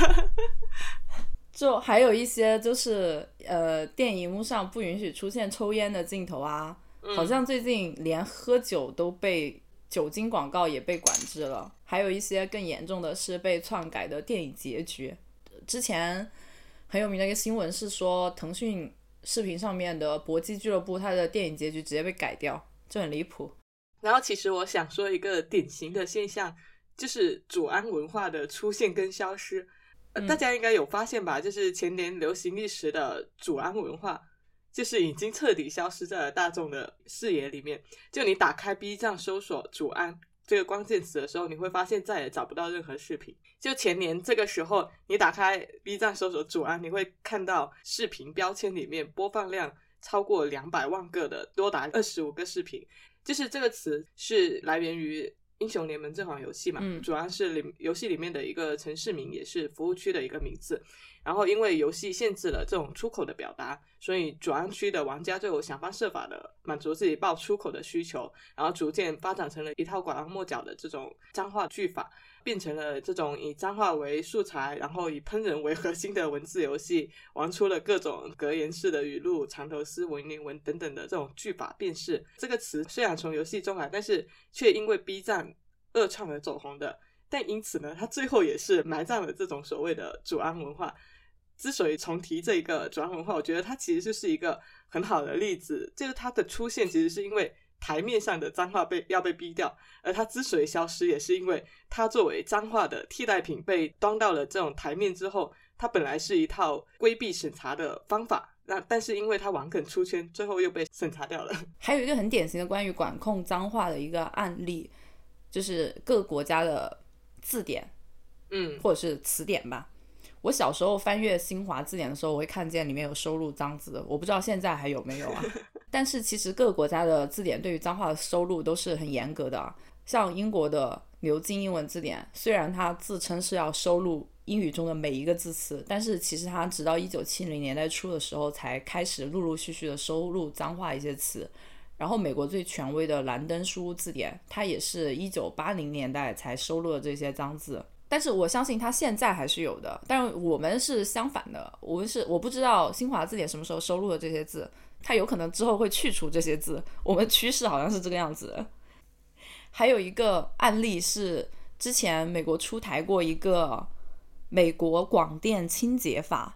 就还有一些就是呃，电影幕上不允许出现抽烟的镜头啊、嗯、好像最近连喝酒都被酒精广告也被管制了，还有一些更严重的是被篡改的电影结局。之前很有名的一个新闻是说腾讯视频上面的搏击俱乐部它的电影结局直接被改掉，就很离谱。 然后其实我想说一个典型的现象，就是祖安文化的出现跟消失、呃、大家应该有发现吧、嗯、就是前年流行一时的祖安文化就是已经彻底消失在了大众的视野里面。就你打开 B 站搜索祖安这个关键词的时候，你会发现再也找不到任何视频。就前年这个时候你打开 B 站搜索祖安，你会看到视频标签里面播放量超过两百万个的多达二十五个视频。就是这个词是来源于英雄联盟这款游戏嘛， 嗯， 主要是里游戏里面的一个城市名，也是服务区的一个名字。然后因为游戏限制了这种出口的表达，所以主安区的玩家就有想方设法的满足自己报出口的需求，然后逐渐发展成了一套拐弯抹角的这种脏话句法，变成了这种以脏话为素材，然后以喷人为核心的文字游戏，玩出了各种格言式的语录、长头诗、文言文等等的这种句法辨识。这个词虽然从游戏中来，但是却因为 B 站二创而走红的，但因此呢，它最后也是埋葬了这种所谓的祖安文化。之所以重提这个祖安文化，我觉得它其实就是一个很好的例子，就是它的出现其实是因为台面上的脏话被要被逼掉，而它之所以消失也是因为它作为脏话的替代品被端到了这种台面之后，它本来是一套规避审查的方法，那但是因为它顽梗出圈，最后又被审查掉了。 还有一个很典型的关于管控脏话的一个案例，就是各个国家的字典， 嗯， 或者是词典吧。我小时候翻阅新华字典的时候，我会看见里面有收录脏字，我不知道现在还有没有啊但是其实各个国家的字典对于脏话的收录都是很严格的啊。像英国的牛津英文字典，虽然它自称是要收录英语中的每一个字词，但是其实它直到一九七零年代初的时候才开始陆陆续续的收录脏话一些词。然后美国最权威的兰登书屋字典，它也是一九八零年代才收录了这些脏字，但是我相信它现在还是有的。但是我们是相反的，我们是我不知道新华字典什么时候收录了这些字，它有可能之后会去除这些字，我们趋势好像是这个样子的。还有一个案例是之前美国出台过一个美国广电清洁法，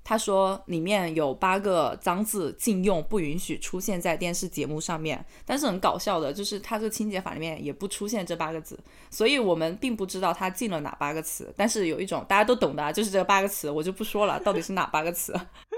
他说里面有八个脏字禁用，不允许出现在电视节目上面，但是很搞笑的就是他这个清洁法里面也不出现这八个字，所以我们并不知道他禁了哪八个词，但是有一种大家都懂的，就是这八个词，我就不说了到底是哪八个词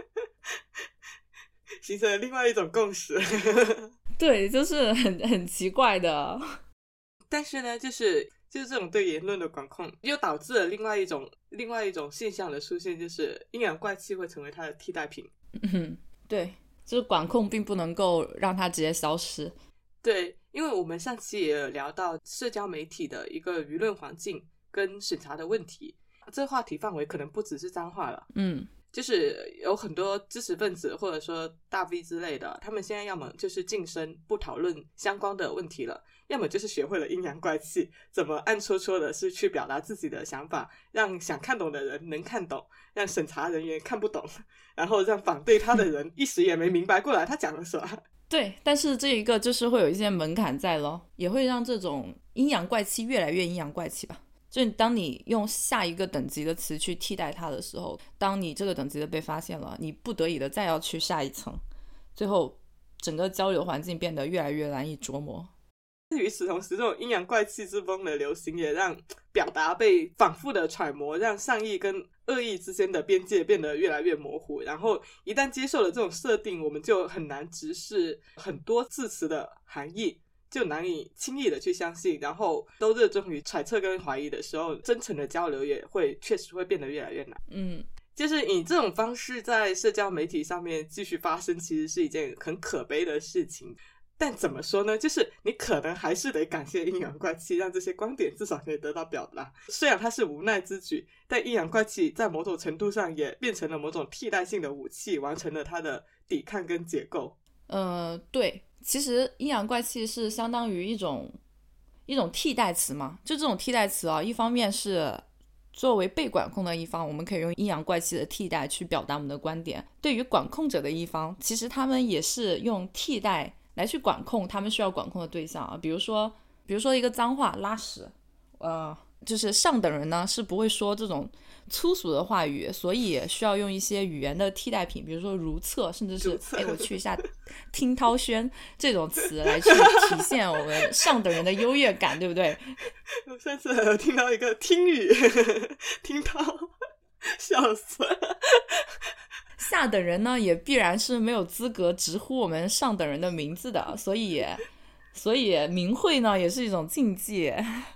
形成了另外一种共识对，就是很很奇怪的。 但是呢就是就是这种对言论的管控又导致了另外一种另外一种现象的出现，就是阴阳怪气会成为它的替代品。 嗯，对，就是管控并不能够让它直接消失。 对，因为我们上期也有聊到社交媒体的一个舆论环境跟审查的问题，这话题范围可能不只是脏话了。 嗯， 就是有很多知识分子或者说大 V 之类的，他们现在要么就是晋升不讨论相关的问题了，要么就是学会了阴阳怪气，怎么暗戳戳的是去表达自己的想法，让想看懂的人能看懂，让审查人员看不懂，然后让反对他的人一时也没明白过来他讲了什么。 对，但是这一个就是会有一些门槛在咯，也会让这种阴阳怪气越来越阴阳怪气吧。就当你用下一个等级的词去替代它的时候，当你这个等级的被发现了，你不得已的再要去下一层，最后整个交流环境变得越来越难以琢磨。 与此同时，这种阴阳怪气之风的流行也让表达被反复的揣摩，让善意跟恶意之间的边界变得越来越模糊，然后一旦接受了这种设定，我们就很难直视很多字词的含义，就难以轻易的去相信，然后都热衷于揣测跟怀疑的时候，真诚的交流也会确实会变得越来越难。 嗯， 就是以这种方式在社交媒体上面继续发生，其实是一件很可悲的事情。但怎么说呢，就是你可能还是得感谢阴阳怪气，让这些观点至少可以得到表达。虽然它是无奈之举，但阴阳怪气在某种程度上也变成了某种替代性的武器，完成了它的抵抗跟解构。 呃，对，其实阴阳怪气是相当于一种一种替代词嘛，就这种替代词啊，一方面是作为被管控的一方，我们可以用阴阳怪气的替代去表达我们的观点，对于管控者的一方，其实他们也是用替代来去管控他们需要管控的对象啊，比如说比如说一个脏话拉屎，呃，就是上等人呢是不会说这种粗俗的话语，所以需要用一些语言的替代品，比如说如厕，甚至是哎我去一下听涛轩这种词来去体现我们上等人的优越感，对不对？ 我上次有听到一个听语听涛笑死了。 下等人呢也必然是没有资格直呼我们上等人的名字的，所以所以名讳呢也是一种禁忌。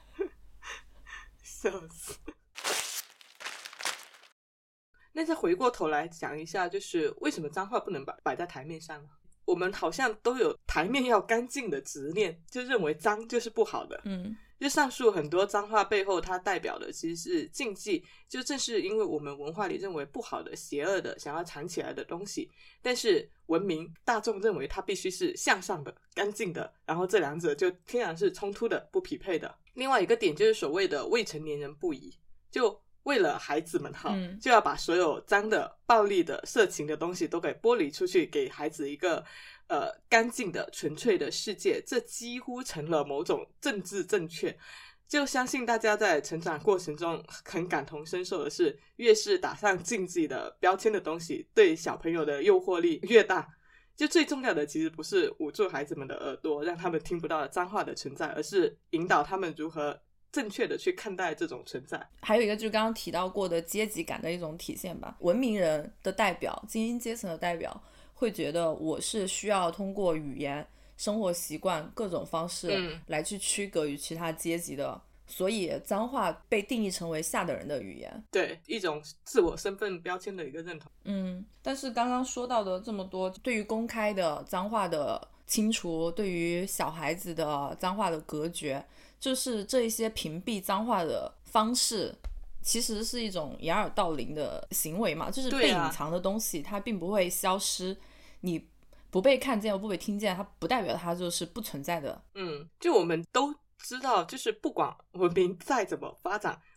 笑死。那再回过头来讲一下，就是为什么脏话不能摆摆在台面上呢？我们好像都有台面要干净的执念，就认为脏就是不好的。 嗯， 就上述很多脏话背后它代表的其实是禁忌，就正是因为我们文化里认为不好的、邪恶的、想要藏起来的东西，但是文明大众认为它必须是向上的、干净的，然后这两者就天然是冲突的、不匹配的。另外一个点就是所谓的未成年人不宜，就为了孩子们好、嗯、就要把所有脏的、暴力的、色情的东西都给剥离出去，给孩子一个呃干净的、纯粹的世界，这几乎成了某种政治正确。就相信大家在成长过程中很感同身受的是，越是打上禁忌的标签的东西，对小朋友的诱惑力越大。就最重要的其实不是捂住孩子们的耳朵，让他们听不到脏话的存在，而是引导他们如何正确的去看待这种存在。 还有一个就是刚刚提到过的阶级感的一种体现吧，文明人的代表、精英阶层的代表会觉得我是需要通过语言、生活习惯各种方式来去区隔于其他阶级的、嗯、所以脏话被定义成为下等人的语言， 对，一种自我身份标签的一个认同。 嗯，但是刚刚说到的这么多，对于公开的脏话的清除，对于小孩子的脏话的隔绝，就是这一些屏蔽脏话的方式其实是一种掩耳盗铃的行为嘛，就是被隐藏的东西、啊、它并不会消失，你不被看见不被听见，它不代表它就是不存在的。 嗯，就我们都知道，就是不管文明再怎么发展，不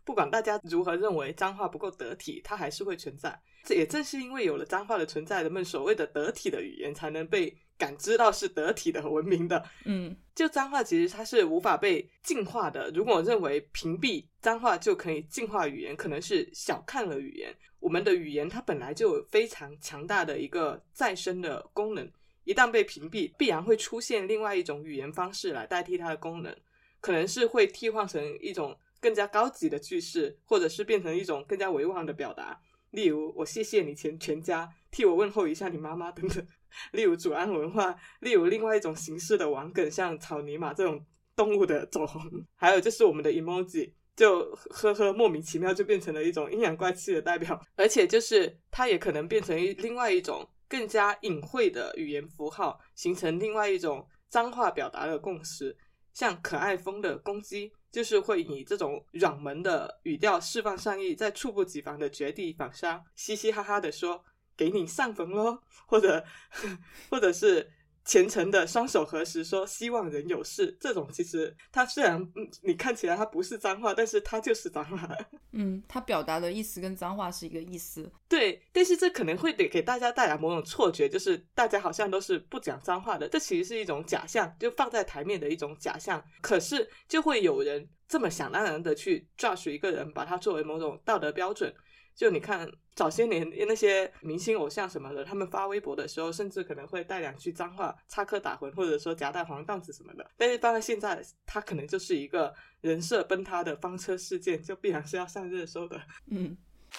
不管大家如何认为脏话不够得体，它还是会存在。这也正是因为有了脏话的存在，人们所谓的得体的语言才能被感知到是得体的和文明的。 嗯， 就脏话其实它是无法被净化的，如果认为屏蔽脏话就可以净化语言，可能是小看了语言。我们的语言它本来就有非常强大的一个再生的功能，一旦被屏蔽，必然会出现另外一种语言方式来代替它的功能，可能是会替换成一种更加高级的句式，或者是变成一种更加委婉的表达，例如我谢谢你全全家，替我问候一下你妈妈等等。例如祖安文化，例如另外一种形式的网梗，像草泥马这种动物的走红，还有就是我们的 emoji， 就呵呵莫名其妙就变成了一种阴阳怪气的代表，而且就是它也可能变成另外一种更加隐晦的语言符号，形成另外一种脏话表达的共识。像可爱风的攻击，就是会以这种软萌的语调释放善意，在猝不及防的绝地反杀，嘻嘻哈哈的说给你上坟咯，或者或者是虔诚的双手合十说希望人有事，这种其实它虽然你看起来它不是脏话，但是它就是脏话。 嗯，它表达的意思跟脏话是一个意思。 对，但是这可能会给大家带来某种错觉，就是大家好像都是不讲脏话的，这其实是一种假象，就放在台面的一种假象。可是就会有人这么想当然的去 judge 一个人，把它作为某种道德标准。就你看早些年那些明星偶像什么的，他们发微博的时候甚至可能会带两句脏话，插科打诨，或者说夹带黄段子什么的，但是放在现在他可能就是一个人设崩塌的翻车事件，就必然是要上热搜的。 嗯，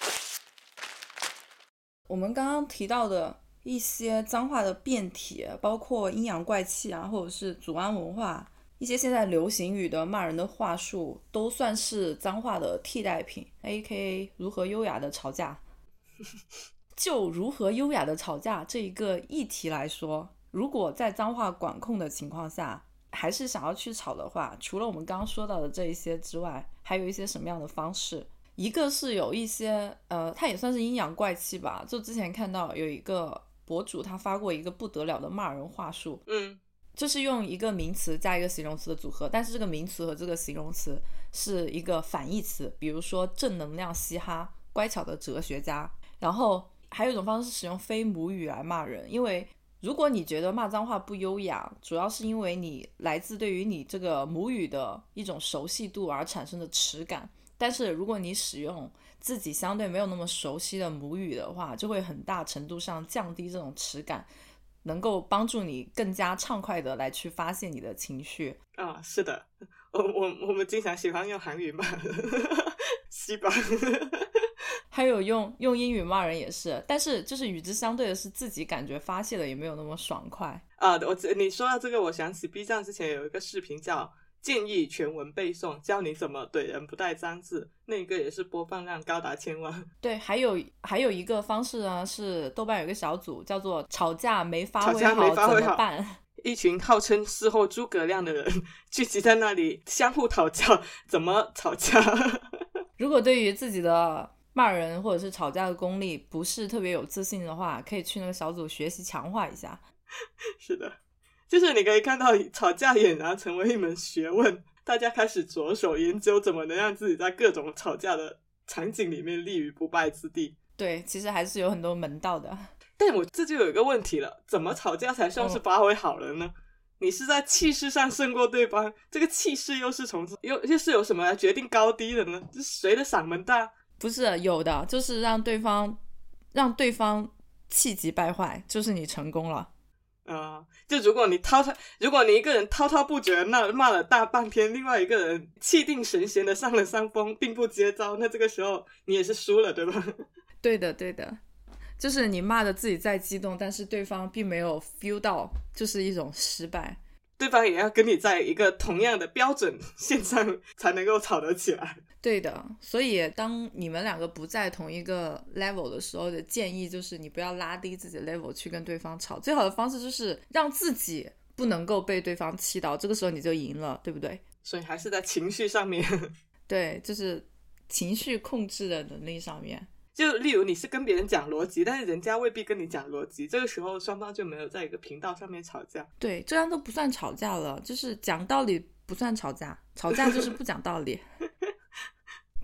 我们刚刚提到的一些脏话的变体，包括阴阳怪气啊，或者是祖安文化，一些现在流行语的骂人的话术，都算是脏话的替代品 A K A 如何优雅的吵架。就如何优雅的吵架这一个议题来说，如果在脏话管控的情况下还是想要去吵的话，除了我们刚刚说到的这一些之外，还有一些什么样的方式？一个是有一些呃，它也算是阴阳怪气吧，就之前看到有一个博主他发过一个不得了的骂人话术， 嗯， 就是用一个名词加一个形容词的组合，但是这个名词和这个形容词是一个反义词，比如说正能量嘻哈、乖巧的哲学家。然后还有一种方式是使用非母语来骂人，因为如果你觉得骂脏话不优雅，主要是因为你来自对于你这个母语的一种熟悉度而产生的耻感，但是如果你使用自己相对没有那么熟悉的母语的话，就会很大程度上降低这种耻感，能够帮助你更加畅快的来去发泄你的情绪啊。是的，我我我们经常喜欢用韩语骂西吧还有用用英语骂人也是，但是就是与之相对的是自己感觉发泄的也没有那么爽快啊。我你说到这个，我想起 B 站之前有一个视频叫建议全文背诵，教你怎么怼人不带脏字，那个也是播放量高达千万。 对，还有还有一个方式呢，是豆瓣有一个小组叫做吵架没发挥好怎么办， 一群号称事后诸葛亮的人聚集在那里相互讨教怎么吵架如果对于自己的骂人或者是吵架的功力不是特别有自信的话，可以去那个小组学习强化一下。 是的，就是你可以看到吵架俨然成为一门学问，大家开始着手研究怎么能让自己在各种吵架的场景里面立于不败之地。 对，其实还是有很多门道的。 但我这就有一个问题了，怎么吵架才算是发挥好了呢？哦，你是在气势上胜过对方，这个气势又是从又又是有什么来决定高低的呢？是谁的嗓门大？ 不是有的，就是让对方让对方气急败坏，就是你成功了啊、呃！就如果你滔滔，如果你一个人滔滔不绝那骂了大半天，另外一个人气定神闲的上了山峰，并不接招，那这个时候你也是输了，对吧？ 对的对的，就是你骂的自己再激动，但是对方并没有 feel 到，就是一种失败。 对方也要跟你在一个同样的标准线上才能够吵得起来。 对的，所以当你们两个不在同一个 level 的时候的建议就是你不要拉低自己的 level 去跟对方吵，最好的方式就是让自己不能够被对方气到，这个时候你就赢了，对不对？ 所以还是在情绪上面对，就是情绪控制的能力上面。 就例如你是跟别人讲逻辑，但是人家未必跟你讲逻辑，这个时候双方就没有在一个频道上面吵架。 对，这样都不算吵架了，就是讲道理不算吵架，吵架就是不讲道理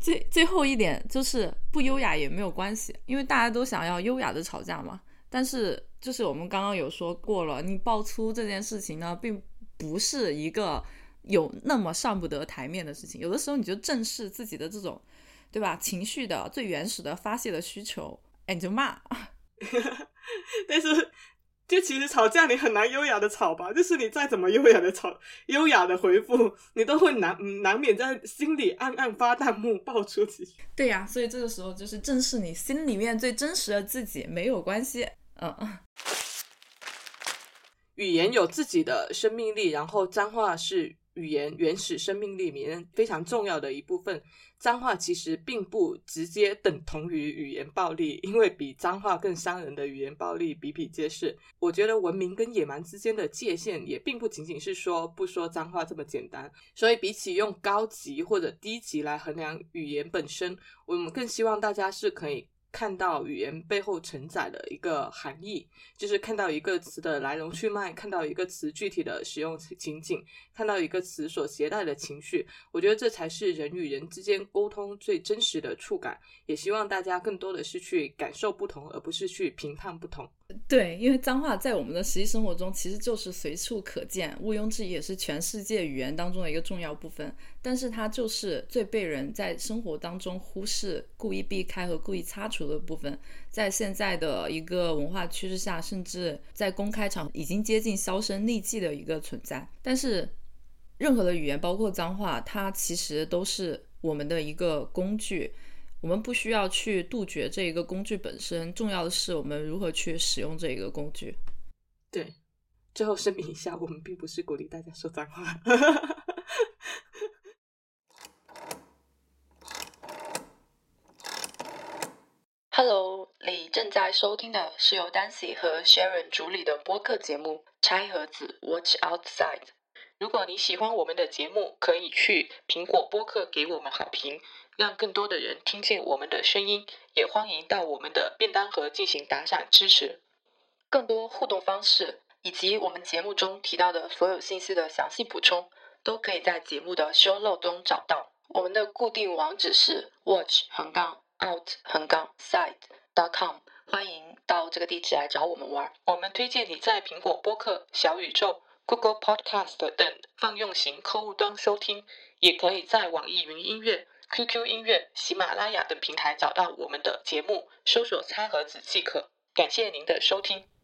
最最后一点就是不优雅也没有关系，因为大家都想要优雅的吵架嘛。但是就是我们刚刚有说过了，你爆粗这件事情呢，并不是一个有那么上不得台面的事情。有的时候你就正视自己的这种，对吧？情绪的最原始的发泄的需求，哎，你就骂。 但是就其实吵架你很难优雅的吵吧，就是你再怎么优雅的吵，优雅的回复，你都会难难免在心里暗暗发弹幕爆出几句。 对呀、啊，所以这个时候就是正视你心里面最真实的自己，没有关系。嗯， 语言有自己的生命力，然后脏话是语言原始生命力里面非常重要的一部分。脏话其实并不直接等同于语言暴力，因为比脏话更伤人的语言暴力比比皆是。我觉得文明跟野蛮之间的界限也并不仅仅是说不说脏话这么简单，所以比起用高级或者低级来衡量语言本身，我们更希望大家是可以看到语言背后承载的一个含义，就是看到一个词的来龙去脉，看到一个词具体的使用情景，看到一个词所携带的情绪。我觉得这才是人与人之间沟通最真实的触感，也希望大家更多的是去感受不同，而不是去评判不同。 对，因为脏话在我们的实际生活中其实就是随处可见，毋庸置疑也是全世界语言当中的一个重要部分，但是它就是最被人在生活当中忽视、故意避开和故意擦除的部分。在现在的一个文化趋势下，甚至在公开场已经接近销声匿迹的一个存在。但是任何的语言包括脏话，它其实都是我们的一个工具，我们不需要去杜绝这一个工具本身，重要的是我们如何去使用这一个工具。 对，最后声明一下，我们并不是鼓励大家说脏话。 Hello， 你正在收听的是由 Dancy 和 Sharon 主理的播客节目《拆盒子 Watch Outside》。 如果你喜欢我们的节目，可以去苹果播客给我们好评，让更多的人听见我们的声音，也欢迎到我们的便当盒进行打赏支持。 更多互动方式以及我们节目中提到的所有信息的详细补充，都可以在节目的 show note 中找到。我们的固定网址是 watch 横杠 out 横杠 side dot com， 欢迎到这个地址来找我们玩。 我们推荐你在苹果播客、小宇宙、Google Podcast 等泛用型客户端收听，也可以在网易云音乐、Q Q 音乐、喜马拉雅等平台找到我们的节目，搜索“餐盒子”即可。感谢您的收听。